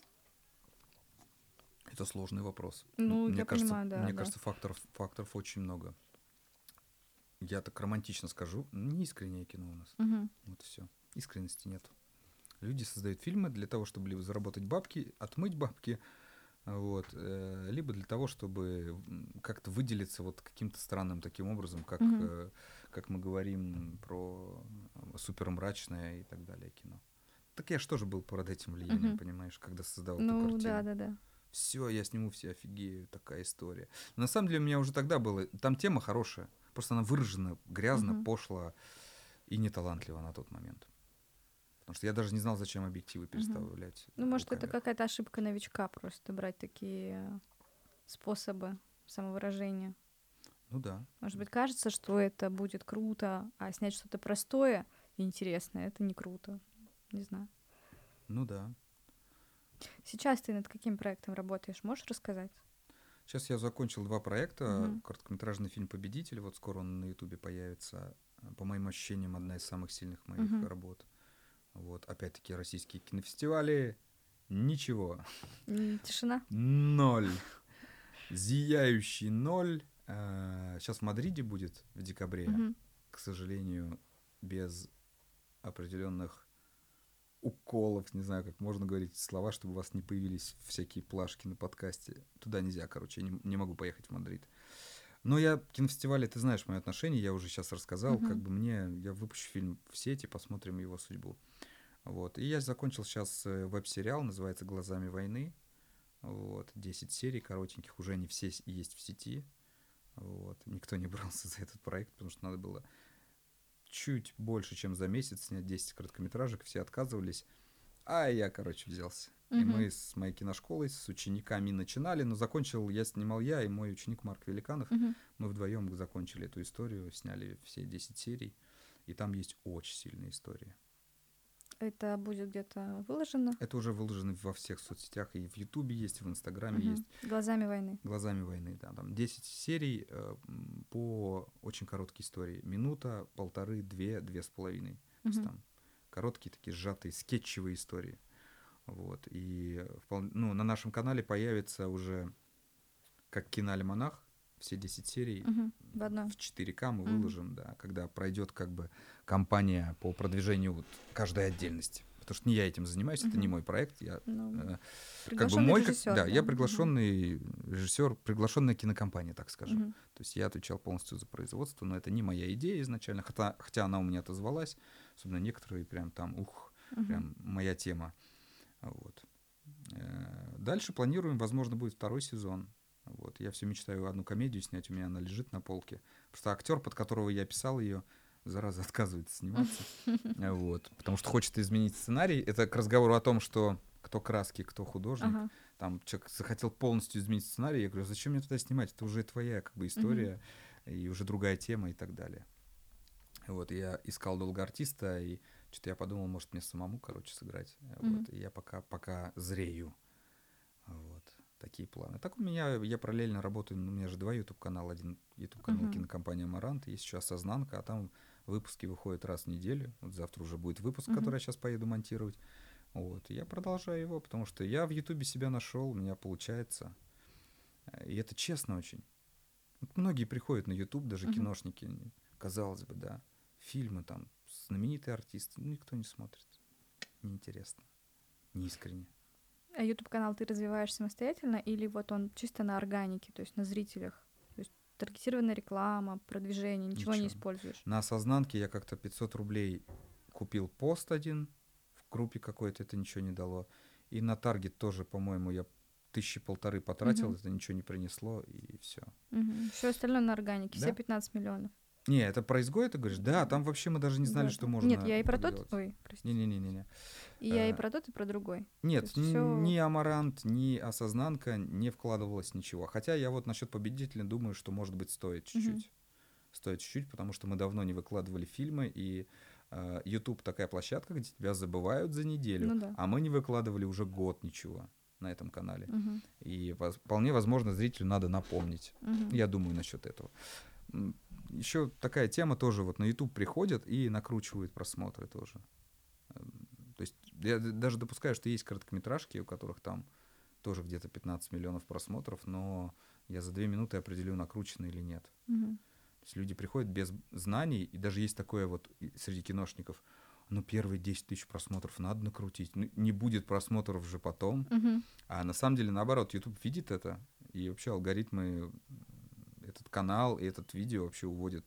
Это сложный вопрос. Ну, мне я кажется, понимаю, да. Мне да. кажется, факторов, факторов очень много. Я так романтично скажу, не искреннее кино у нас. Угу. Вот и все. Искренности нет. Люди создают фильмы для того, чтобы либо заработать бабки, отмыть бабки, вот, э, либо для того, чтобы как-то выделиться вот каким-то странным таким образом, как, угу. э, как мы говорим про супермрачное и так далее кино. Так я же тоже был под этим влиянием, угу. понимаешь, когда создал ну, эту картину. Да, да, да. Все, я сниму, все офигеют, такая история. Но на самом деле у меня уже тогда было, там тема хорошая, просто она выражена грязно, угу. пошло и неталантливо на тот момент. Потому что я даже не знал, зачем объективы переставлять. Ну, может, это какая-то ошибка новичка просто, брать такие способы самовыражения. Ну да. Может быть, кажется, что это будет круто, а снять что-то простое и интересное — это не круто. Не знаю. Ну да. Сейчас ты над каким проектом работаешь? Можешь рассказать? Сейчас я закончил два проекта. Угу. Короткометражный фильм «Победитель». Вот скоро он на Ютубе появится. По моим ощущениям, одна из самых сильных моих угу. работ. Вот. Опять-таки, российские кинофестивали. Ничего. Тишина? Ноль. Зияющий ноль. Сейчас в Мадриде будет в декабре. Угу. К сожалению, без определенных уколов, не знаю, как можно говорить слова, чтобы у вас не появились всякие плашки на подкасте. Туда нельзя, короче, я не, не могу поехать в Мадрид. Но я кинофестивале, ты знаешь мое отношение, я уже сейчас рассказал, uh-huh. как бы мне, я выпущу фильм в сети, посмотрим его судьбу. Вот. И я закончил сейчас веб-сериал, называется «Глазами войны». Вот. десять серий коротеньких, уже они все есть в сети. Вот. Никто не брался за этот проект, потому что надо было чуть больше, чем за месяц снять десять короткометражек, все отказывались, а я, короче, взялся. Uh-huh. И мы с моей киношколой, с учениками начинали, но закончил, я снимал я и мой ученик Марк Великанов, uh-huh. мы вдвоем закончили эту историю, сняли все десять серий, и там есть очень сильная история. Это будет где-то выложено? Это уже выложено во всех соцсетях, и в Ютубе есть, и в Инстаграме uh-huh. есть. «Глазами войны». «Глазами войны», да. Там десять серий э, по очень короткой истории. Минута, полторы, две, две с половиной. Uh-huh. То есть там короткие такие сжатые скетчевые истории. Вот. И вполне, ну, на нашем канале появится уже как киноальманах. Все десять серий uh-huh. в, одном. в четыре ка мы uh-huh. выложим, да, когда пройдет как бы кампания по продвижению вот каждой отдельности. Потому что не я этим занимаюсь, uh-huh. это не мой проект. Я, ну, э, как бы мой, режиссер, да, да, я приглашенный uh-huh. режиссер, приглашенная кинокомпания, так скажем. Uh-huh. То есть я отвечал полностью за производство, но это не моя идея изначально, хотя, хотя она у меня отозвалась, особенно некоторые прям там, ух, uh-huh. прям моя тема. Вот. Дальше планируем, возможно, будет второй сезон. Вот. Я все мечтаю одну комедию снять, у меня она лежит на полке. Просто актер, под которого я писал ее, зараза, отказывается сниматься. Вот. Потому что хочет изменить сценарий. Это к разговору о том, что кто краски, кто художник. Ага. Там человек захотел полностью изменить сценарий. Я говорю, зачем мне туда снимать? Это уже твоя как бы история, uh-huh. и уже другая тема и так далее. Вот. Я искал долго артиста, и что-то я подумал, может, мне самому, короче, сыграть. Uh-huh. Вот. И я пока, пока зрею. Вот. Такие планы. Так у меня, я параллельно работаю, ну, у меня же два YouTube-канала. Один YouTube-канал uh-huh. кинокомпания «Амарант», есть еще «Осознанка», а там выпуски выходят раз в неделю. Вот завтра уже будет выпуск, uh-huh. который я сейчас поеду монтировать. Вот. И я продолжаю его, потому что я в Ютубе себя нашел, у меня получается. И это честно очень. Вот многие приходят на YouTube, даже uh-huh. киношники, казалось бы, да, фильмы там, знаменитые артисты, ну, никто не смотрит. Неинтересно, неискренне. А YouTube-канал ты развиваешь самостоятельно или вот он чисто на органике, то есть на зрителях? То есть таргетированная реклама, продвижение, ничего, ничего не используешь. На осознанке я как-то пятьсот рублей купил пост один в группе какой-то, это ничего не дало. И на таргет тоже, по-моему, я тысячи полторы потратил, угу. это ничего не принесло, и все. Угу. Все остальное на органике, да? Все пятнадцать миллионов. Не, это про изгой ты говоришь? Да, там вообще мы даже не знали, да, что можно. Нет, я и про тот... Ой, простите. Не-не-не-не. И а... я и про тот, и про другой. Нет, всё... ни Амарант, ни Осознанка не вкладывалось ничего. Хотя я вот насчет победителя думаю, что, может быть, стоит чуть-чуть. Угу. Стоит чуть-чуть, потому что мы давно не выкладывали фильмы, и э, YouTube такая площадка, где тебя забывают за неделю, ну, да. а мы не выкладывали уже год ничего на этом канале. Угу. И воз... вполне возможно, зрителю надо напомнить. Угу. Я думаю насчет этого. Еще такая тема тоже, вот на YouTube приходят и накручивают просмотры тоже. То есть я даже допускаю, что есть короткометражки, у которых там тоже где-то пятнадцать миллионов просмотров, но я за две минуты определю, накручено или нет. Угу. То есть люди приходят без знаний, и даже есть такое вот среди киношников, ну первые десять тысяч просмотров надо накрутить, ну, не будет просмотров же потом. Угу. А на самом деле наоборот, YouTube видит это, и вообще алгоритмы этот канал и этот видео вообще уводят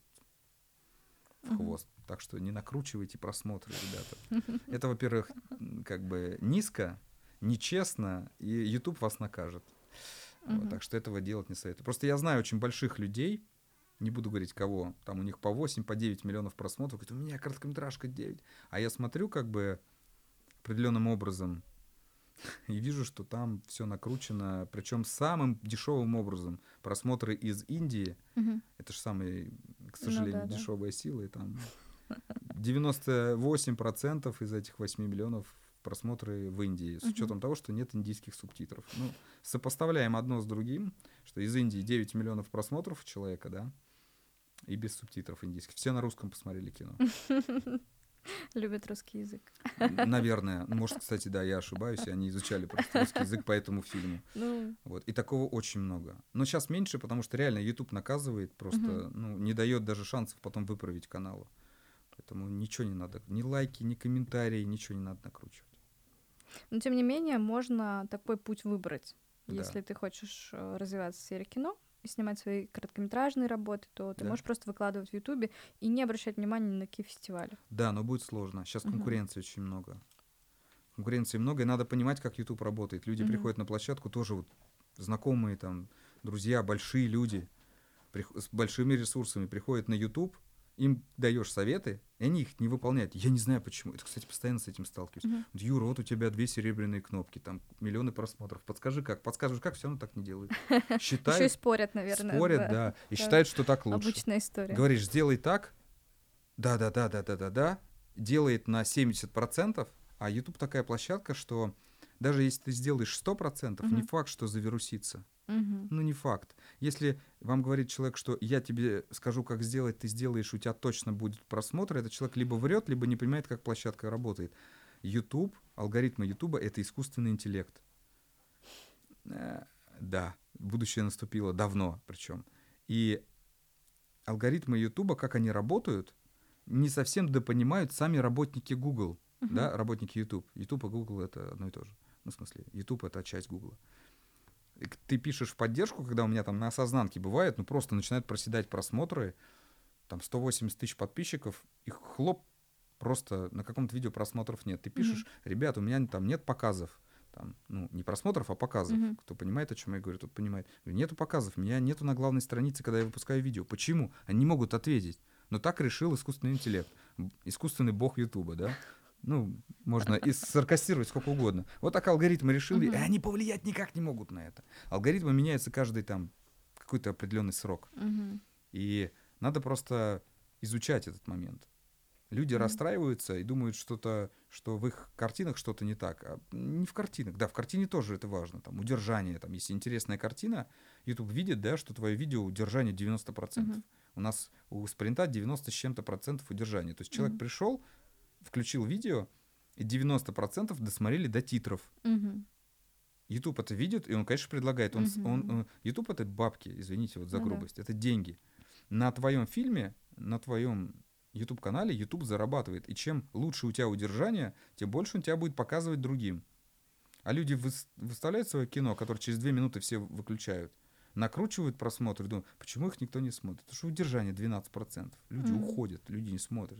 в uh-huh. хвост. Так что не накручивайте просмотры, ребята. Это, во-первых, как бы низко, нечестно, и YouTube вас накажет. Uh-huh. Вот, так что этого делать не советую. Просто я знаю очень больших людей, не буду говорить кого, там у них по восемь, по девять миллионов просмотров, говорят, у меня короткометражка девять. А я смотрю как бы определенным образом и вижу, что там все накручено, причем самым дешевым образом. Просмотры из Индии, угу. это же самая, к сожалению, ну, да, дешевая да. сила, и там девяносто восемь процентов из этих восьми миллионов просмотры в Индии, с угу. учетом того, что нет индийских субтитров. Ну, сопоставляем одно с другим, что из Индии девять миллионов просмотров у человека, да, и без субтитров индийских. Все на русском посмотрели кино. Любят русский язык. Наверное. Может, кстати, да, я ошибаюсь, и они изучали просто русский язык по этому фильму. Ну... Вот. И такого очень много. Но сейчас меньше, потому что реально YouTube наказывает, просто угу. ну, не дает даже шансов потом выправить каналу. Поэтому ничего не надо. Ни лайки, ни комментарии, ничего не надо накручивать. Но, тем не менее, можно такой путь выбрать. Да. Если ты хочешь развиваться в сфере кино, и снимать свои короткометражные работы, то ты да. можешь просто выкладывать в Ютубе и не обращать внимания ни на какие фестивали. Да, но будет сложно. Сейчас uh-huh. конкуренции очень много. Конкуренции много, и надо понимать, как YouTube работает. Люди uh-huh. приходят на площадку, тоже вот знакомые, там, друзья, большие люди прих- с большими ресурсами приходят на YouTube, им даешь советы, и они их не выполняют. Я не знаю почему. Это, кстати, постоянно с этим сталкиваюсь. Uh-huh. Вот, Юра, вот у тебя две серебряные кнопки, там миллионы просмотров. Подскажи как? Подскажешь как? Все равно так не делают. Считают, еще и спорят, наверное. Спорят, да. да. И да. считают, что так лучше. Обычная история. Говоришь, сделай так. Да-да-да-да-да-да-да. Делает на семьдесят процентов. А YouTube такая площадка, что даже если ты сделаешь сто процентов, uh-huh. не факт, что завирусится. Uh-huh. Ну, не факт. Если вам говорит человек, что я тебе скажу, как сделать, ты сделаешь, у тебя точно будет просмотр, этот человек либо врет, либо не понимает, как площадка работает. YouTube, алгоритмы YouTube — это искусственный интеллект. Э, да, будущее наступило давно причем. И алгоритмы YouTube, как они работают, не совсем допонимают сами работники Google, uh-huh. да, работники YouTube. YouTube и Google — это одно и то же. Ну, в смысле, YouTube — это часть Google. Ты пишешь в поддержку, когда у меня там на осознанке бывает, ну просто начинают проседать просмотры, там сто восемьдесят тысяч подписчиков, их хлоп, просто на каком-то видео просмотров нет. Ты пишешь, mm-hmm. ребят, у меня там нет показов, там, ну не просмотров, а показов. Mm-hmm. Кто понимает, о чем я говорю, тот понимает. Нету показов, меня нету на главной странице, когда я выпускаю видео. Почему? Они не могут ответить. Но так решил искусственный интеллект, искусственный бог Ютуба, да? Ну, можно и саркастировать сколько угодно. Вот так алгоритмы решили, uh-huh. и они повлиять никак не могут на это. Алгоритмы меняются каждый там какой-то определенный срок. Uh-huh. И надо просто изучать этот момент. Люди uh-huh. расстраиваются и думают, что-то, что в их картинах что-то не так. А не в картинах. Да, в картине тоже это важно. Там, удержание. Там, если интересная картина, YouTube видит, да, что твое видео удержание девяносто процентов. Uh-huh. У нас у спринта девяносто с чем-то процентов удержания. То есть человек uh-huh. пришел, включил видео, и девяносто процентов досмотрели до титров. Uh-huh. YouTube это видит, и он, конечно, предлагает. Он, uh-huh. он, он, YouTube — это бабки, извините вот за грубость, uh-huh. это деньги. На твоем фильме, на твоем YouTube-канале YouTube зарабатывает. И чем лучше у тебя удержание, тем больше он тебя будет показывать другим. А люди выставляют свое кино, которое через две минуты все выключают. накручивают просмотры, думают, почему их никто не смотрит? Потому что удержание двенадцать процентов. Люди mm-hmm. уходят, люди не смотрят.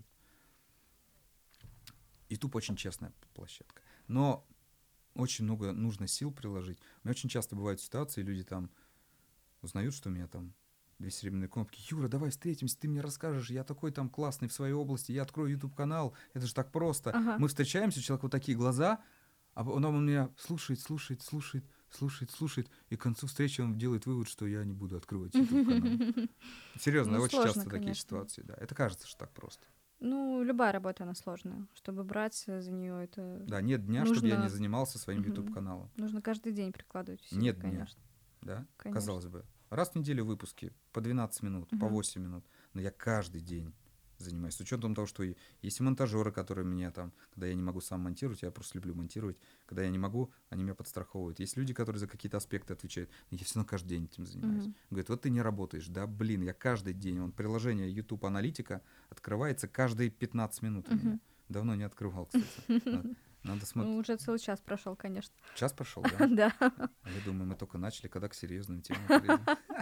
YouTube очень честная площадка. Но очень много нужно сил приложить. У меня очень часто бывают ситуации, люди там узнают, что у меня там две серебряные кнопки. Юра, давай встретимся, ты мне расскажешь, я такой там классный в своей области, я открою YouTube-канал, это же так просто. Ага. Мы встречаемся, у человека вот такие глаза, а он у меня слушает, слушает, слушает, слушает, слушает, и к концу встречи он делает вывод, что я не буду открывать YouTube-канал. Серьезно, очень часто такие ситуации, да. Это кажется, что так просто. Ну, любая работа, она сложная. Чтобы браться за нее, это... Да, нет дня, нужно... чтобы я не занимался своим uh-huh. YouTube-каналом. Нужно каждый день прикладывать усилия, нет конечно. Дня, да, конечно. Казалось бы. Раз в неделю выпуски по двенадцать минут, uh-huh. по восемь минут. Но я каждый день занимаюсь. С учетом того, что есть и монтажеры, которые меня там, когда я не могу сам монтировать, я просто люблю монтировать. Когда я не могу, они меня подстраховывают. Есть люди, которые за какие-то аспекты отвечают. Я все равно каждый день этим занимаюсь. Uh-huh. Говорят, вот ты не работаешь. Да, блин, я каждый день. Вон, приложение YouTube Аналитика открывается каждые пятнадцать минут. Uh-huh. У меня. Давно не открывал, кстати. Надо, надо смотреть. Ну, уже целый час прошел, конечно. Час прошел, да? Да. Я думаю, мы только начали, когда к серьезным темам перейдем.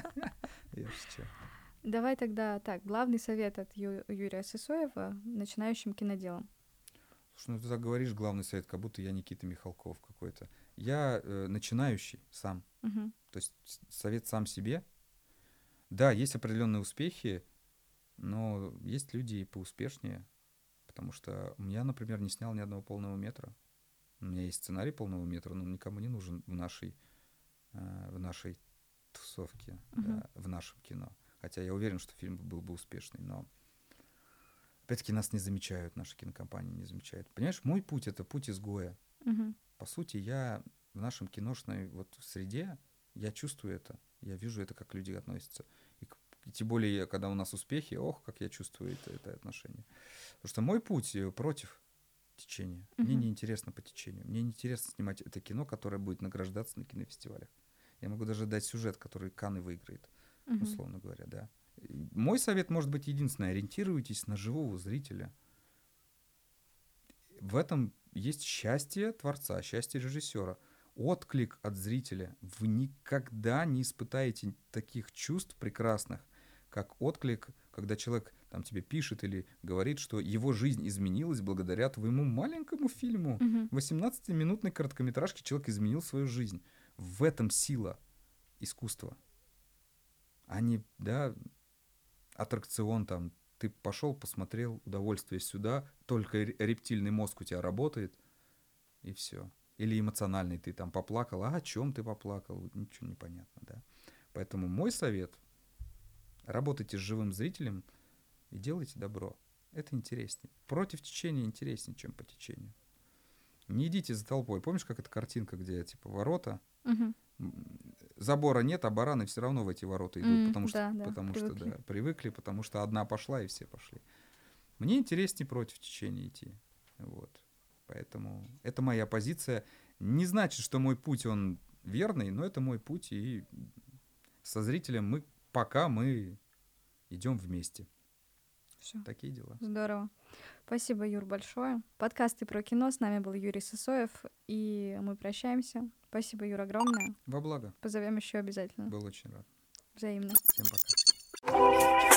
Я шучу. Давай тогда так, главный совет от Ю- Юрия Сысоева начинающим киноделам. Слушай, ну ты так говоришь, главный совет, как будто я Никита Михалков какой-то. Я э, начинающий сам. Uh-huh. То есть совет сам себе. Да, есть определенные успехи, но есть люди и поуспешнее. Потому что я, например, не снял ни одного полного метра. У меня есть сценарий полного метра, но он никому не нужен в нашей, э, в нашей тусовке, uh-huh. да, в нашем кино. Хотя я уверен, что фильм был бы успешный, но опять-таки нас не замечают, наши кинокомпании не замечают. Понимаешь, мой путь — это путь изгоя. Uh-huh. По сути, я в нашем киношной вот среде, я чувствую это, я вижу это, как люди относятся. И, и тем более, когда у нас успехи, ох, как я чувствую это, это отношение. Потому что мой путь против течения. Uh-huh. Мне неинтересно по течению. Мне неинтересно снимать это кино, которое будет награждаться на кинофестивалях. Я могу даже дать сюжет, который Канны выиграет. Uh-huh. Условно говоря, да. Мой совет может быть единственный. Ориентируйтесь на живого зрителя. В этом есть счастье творца, счастье режиссера. Отклик от зрителя. Вы никогда не испытаете таких чувств прекрасных, как отклик, когда человек там тебе пишет или говорит, что его жизнь изменилась благодаря твоему маленькому фильму. Uh-huh. восемнадцатиминутной короткометражке человек изменил свою жизнь. В этом сила искусства. А не, да, аттракцион там, ты пошел, посмотрел, удовольствие сюда, только рептильный мозг у тебя работает, и все. Или эмоциональный, ты там поплакал, а о чем ты поплакал, ничего не понятно, да. Поэтому мой совет: работайте с живым зрителем и делайте добро. Это интереснее. Против течения интереснее, чем по течению. Не идите за толпой. Помнишь, как эта картинка, где типа ворота? Uh-huh. Забора нет, а бараны все равно в эти ворота идут, mm, потому, что, да, потому да, что привыкли. Да, привыкли, потому что одна пошла, и все пошли. Мне интереснее против течения идти. Вот. Поэтому это моя позиция. Не значит, что мой путь, он верный, но это мой путь, и со зрителем мы пока мы идем вместе. Всё. Такие дела. Здорово. Спасибо, Юр, большое. Подкасты про кино. С нами был Юрий Сысоев, и мы прощаемся. Спасибо, Юр, огромное. Во благо. Позовем еще обязательно. Был очень рад. Взаимно. Всем пока.